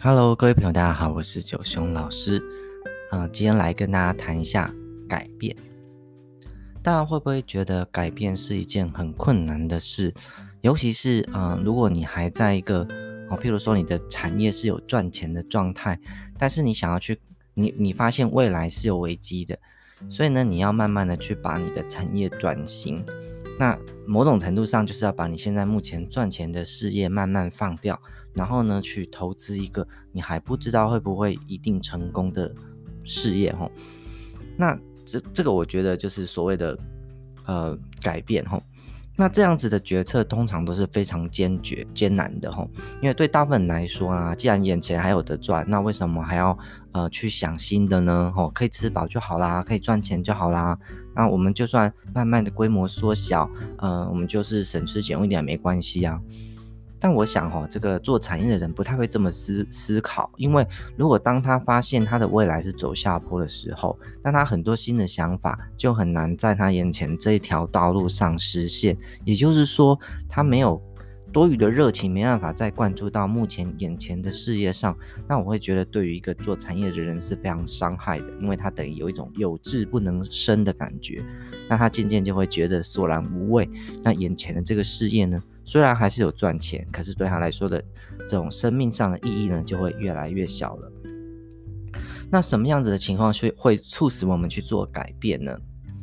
Hello，各位朋友，大家好，我是九兄老师。今天来跟大家谈一下改变。大家会不会觉得改变是一件很困难的事？尤其是如果你还在一个譬如说你的产业是有赚钱的状态，但是你想要去你发现未来是有危机的，所以呢，你要慢慢的去把你的产业转型。那某种程度上就是要把你现在目前赚钱的事业慢慢放掉，然后呢去投资一个你还不知道会不会一定成功的事业齁。那这个我觉得就是所谓的改变齁。那这样子的决策通常都是非常艰难的齁，因为对大部分人来说啊，既然眼前还有得赚，那为什么还要去想新的呢？可以吃饱就好啦，可以赚钱就好啦。那我们就算慢慢的规模缩小，我们就是省吃俭用一点也没关系啊。但我想这个做产业的人不太会这么思考，因为如果当他发现他的未来是走下坡的时候，那他很多新的想法就很难在他眼前这一条道路上实现，也就是说他没有多余的热情，没办法再灌注到目前眼前的事业上。那我会觉得对于一个做产业的人是非常伤害的，因为他等于有一种有志不能伸的感觉，那他渐渐就会觉得索然无味。那眼前的这个事业呢，虽然还是有赚钱，可是对他来说的这种生命上的意义呢，就会越来越小了。那什么样子的情况会促使我们去做改变呢？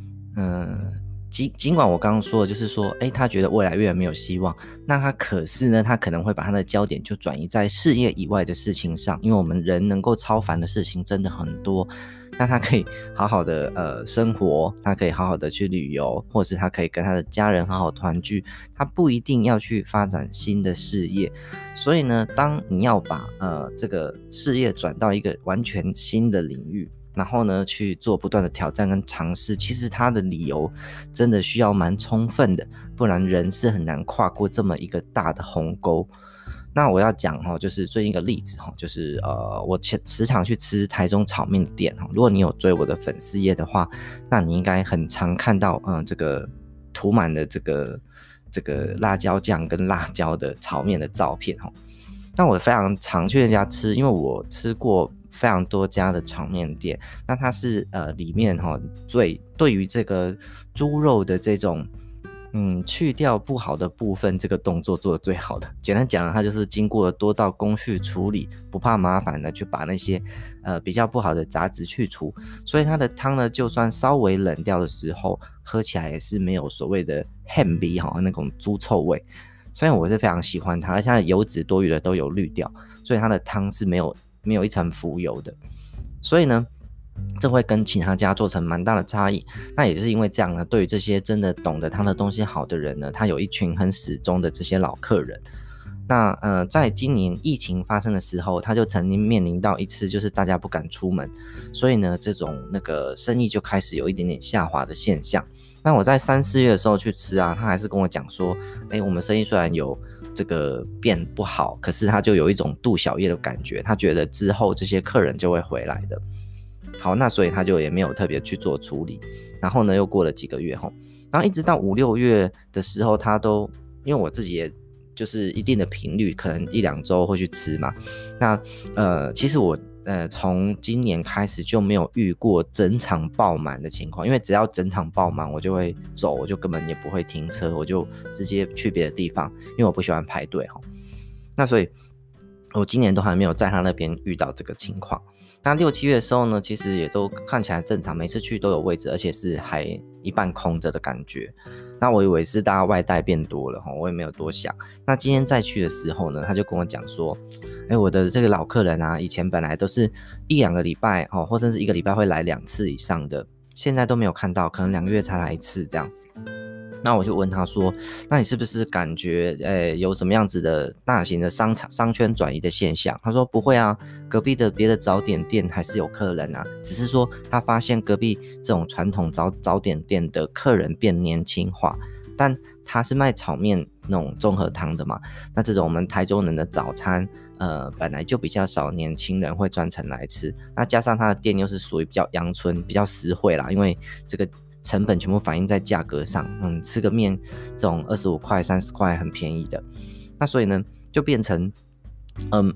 尽管我刚刚说的就是说他觉得未来越来越没有希望，那他可能会把他的焦点就转移在事业以外的事情上，因为我们人能够超凡的事情真的很多。那他可以好好的生活，他可以好好的去旅游，或者是他可以跟他的家人好好团聚，他不一定要去发展新的事业。所以呢，当你要把这个事业转到一个完全新的领域，然后呢去做不断的挑战跟尝试，其实他的理由真的需要蛮充分的，不然人是很难跨过这么一个大的鸿沟。那我要讲就是最近一个例子就是我时常去吃台中炒面的店如果你有追我的粉丝页的话，那你应该很常看到这个涂满了这个辣椒酱跟辣椒的炒面的照片那我非常常去人家吃，因为我吃过非常多家的炒面店，那它是里面对于这个猪肉的这种去掉不好的部分，这个动作做得最好的。简单讲它就是经过了多道工序处理，不怕麻烦的去把那些比较不好的杂质去除，所以它的汤呢，就算稍微冷掉的时候，喝起来也是没有所谓的汗味那种猪臭味。所以我是非常喜欢它，而且它的油脂多余的都有滤掉，所以它的汤是没有一层浮油的。所以呢，这会跟其他家做成蛮大的差异。那也是因为这样呢，对于这些真的懂得他的东西好的人呢，他有一群很始终的这些老客人。那在今年疫情发生的时候，他就曾经面临到一次就是大家不敢出门，所以呢这种那个生意就开始有一点点下滑的现象。那我在3、4月的时候去吃啊，他还是跟我讲说我们生意虽然有这个变不好，可是他就有一种度小夜的感觉，他觉得之后这些客人就会回来的。好，那所以他就也没有特别去做处理。然后呢又过了几个月然后一直到5、6月的时候，他都因为我自己也就是一定的频率，可能1、2周会去吃嘛。那其实我从今年开始就没有遇过整场爆满的情况，因为只要整场爆满我就会走，我就根本也不会停车，我就直接去别的地方，因为我不喜欢排队那所以我今年都还没有在他那边遇到这个情况。那6、7月的时候呢，其实也都看起来正常，每次去都有位置，而且是还一半空着的感觉。那我以为是大家外带变多了我也没有多想。那今天再去的时候呢，他就跟我讲说我的这个老客人啊，以前本来都是1、2个礼拜或甚至1个礼拜会来2次以上的，现在都没有看到，可能2个月才来1次这样。那我就问他说，那你是不是感觉有什么样子的大型的商圈转移的现象？他说不会啊，隔壁的别的早点店还是有客人啊，只是说他发现隔壁这种传统早点店的客人变年轻化，但他是卖炒面那种综合汤的嘛，那这种我们台中人的早餐本来就比较少年轻人会专程来吃，那加上他的店又是属于比较阳春比较实惠啦，因为这个成本全部反映在价格上，吃个面这种25块30块很便宜的，那所以呢就变成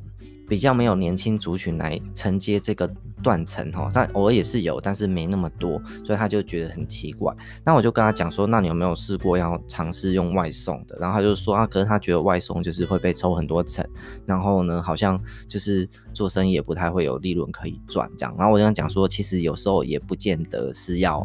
比较没有年轻族群来承接这个断层但偶尔也是有，但是没那么多，所以他就觉得很奇怪。那我就跟他讲说，那你有没有试过要尝试用外送的？然后他就说可是他觉得外送就是会被抽很多层，然后呢好像就是做生意也不太会有利润可以赚这样。然后我就跟他讲说，其实有时候也不见得是要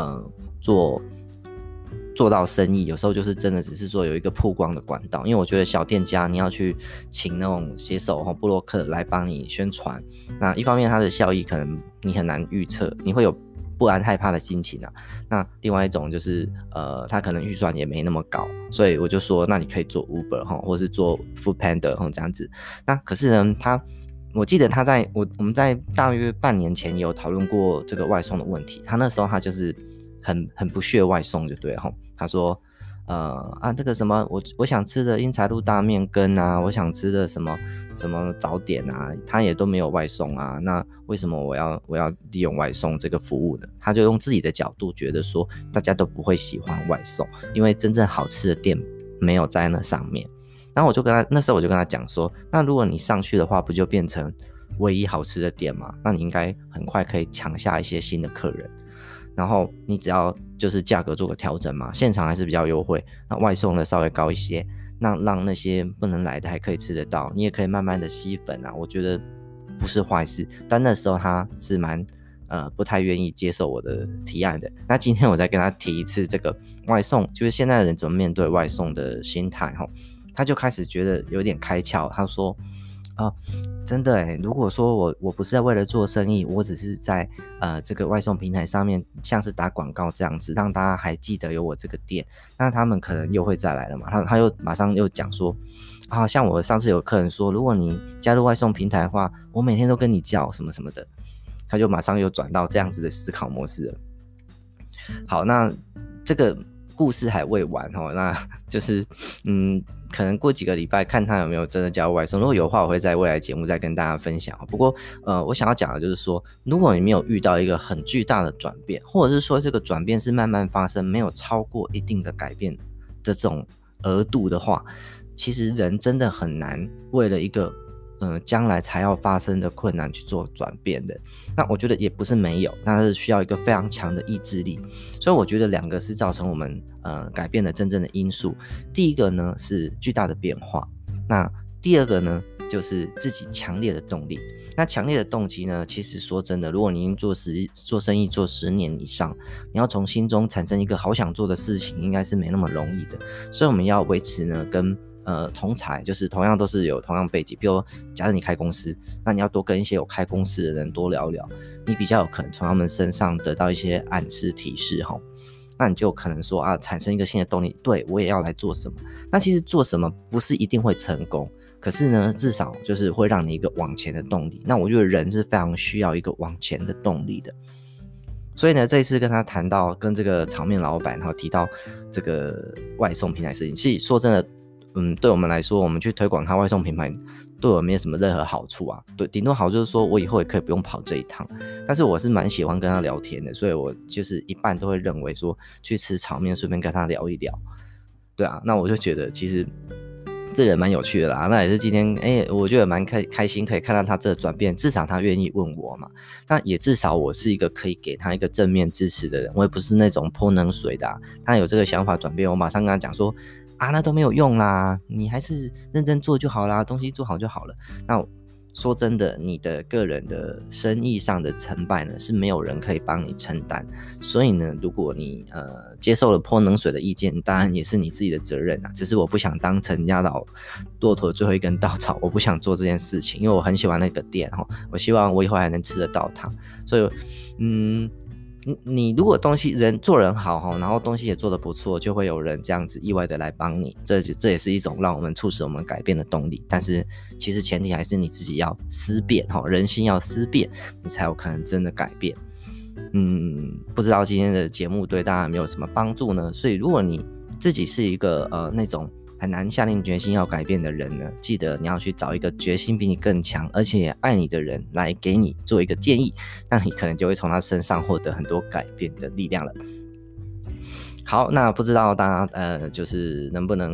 做到生意，有时候就是真的只是说有一个曝光的管道，因为我觉得小店家你要去请那种写手部落客来帮你宣传，那一方面它的效益可能你很难预测，你会有不安害怕的心情那另外一种就是他可能预算也没那么高，所以我就说那你可以做 Uber 或是做 Foodpanda 这样子。那可是呢我记得我们在大约半年前有讨论过这个外送的问题，他那时候他就是很不屑外送就对了他说这个什么我想吃的英才路大面羹我想吃的什么早点他也都没有外送那为什么我要利用外送这个服务呢？他就用自己的角度觉得说大家都不会喜欢外送，因为真正好吃的店没有在那上面。然后那时候我就跟他讲说，那如果你上去的话，不就变成唯一好吃的店吗？那你应该很快可以抢下一些新的客人。然后你只要就是价格做个调整嘛，现场还是比较优惠，那外送的稍微高一些，让那些不能来的还可以吃得到，你也可以慢慢的吸粉我觉得不是坏事。但那时候他是蛮不太愿意接受我的提案的。那今天我再跟他提一次这个外送，就是现在的人怎么面对外送的心态他就开始觉得有点开窍，他说真的如果说我不是在为了做生意，我只是在这个外送平台上面像是打广告这样子，让大家还记得有我这个店，那他们可能又会再来了嘛。他又马上又讲说像我上次有客人说，如果你加入外送平台的话，我每天都跟你叫什么什么的，他就马上又转到这样子的思考模式了。好，那这个故事还未完那就是可能过几个礼拜看他有没有真的加入外送，如果有的话我会在未来节目再跟大家分享。不过我想要讲的就是说，如果你没有遇到一个很巨大的转变，或者是说这个转变是慢慢发生，没有超过一定的改变的这种额度的话，其实人真的很难为了一个将来才要发生的困难去做转变的。那我觉得也不是没有，那是需要一个非常强的意志力。所以我觉得两个是造成我们改变的真正的因素。第一个呢是巨大的变化，那第二个呢就是自己强烈的动力。那强烈的动机呢，其实说真的，如果你已经做生意做10年以上，你要从心中产生一个好想做的事情，应该是没那么容易的。所以我们要维持呢跟同才，就是同样都是有同样背景，比如假设你开公司，那你要多跟一些有开公司的人多聊聊，你比较有可能从他们身上得到一些暗示提示那你就有可能说产生一个新的动力，对，我也要来做什么。那其实做什么不是一定会成功，可是呢至少就是会让你一个往前的动力。那我觉得人是非常需要一个往前的动力的。所以呢这一次跟他谈到跟这个炒面老板提到这个外送平台事情，其实说真的对我们来说，我们去推广他外送品牌对我没有什么任何好处对，顶多好就是说我以后也可以不用跑这一趟。但是我是蛮喜欢跟他聊天的，所以我就是一半都会认为说去吃炒面顺便跟他聊一聊。对那我就觉得其实这也蛮有趣的啦。那也是今天我觉得蛮开心可以看到他这个转变，至少他愿意问我嘛，那也至少我是一个可以给他一个正面支持的人，我也不是那种泼冷水的他有这个想法转变，我马上跟他讲说那都没有用啦，你还是认真做就好啦，东西做好就好了。那说真的，你的个人的生意上的成败呢，是没有人可以帮你承担。所以呢，如果你接受了泼冷水的意见，当然也是你自己的责任只是我不想当成压倒骆驼最后一根稻草，我不想做这件事情，因为我很喜欢那个店我希望我以后还能吃得到它。所以你如果做人好然后东西也做得不错，就会有人这样子意外的来帮你，这也是一种让我们促使我们改变的动力。但是其实前提还是你自己要思变人心要思变，你才有可能真的改变。不知道今天的节目对大家有没有什么帮助呢？所以如果你自己是一个那种很难下定决心要改变的人呢，记得你要去找一个决心比你更强而且也爱你的人来给你做一个建议，那你可能就会从他身上获得很多改变的力量了。好，那不知道大家就是能不能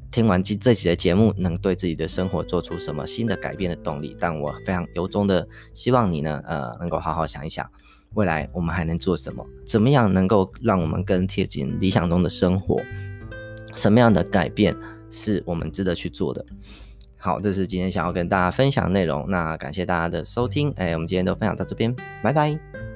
听完这集的节目能对自己的生活做出什么新的改变的动力，但我非常由衷的希望你呢能够好好想一想，未来我们还能做什么，怎么样能够让我们更贴近理想中的生活，什么样的改变是我们值得去做的。好，这是今天想要跟大家分享的内容，那感谢大家的收听，我们今天都分享到这边，拜拜。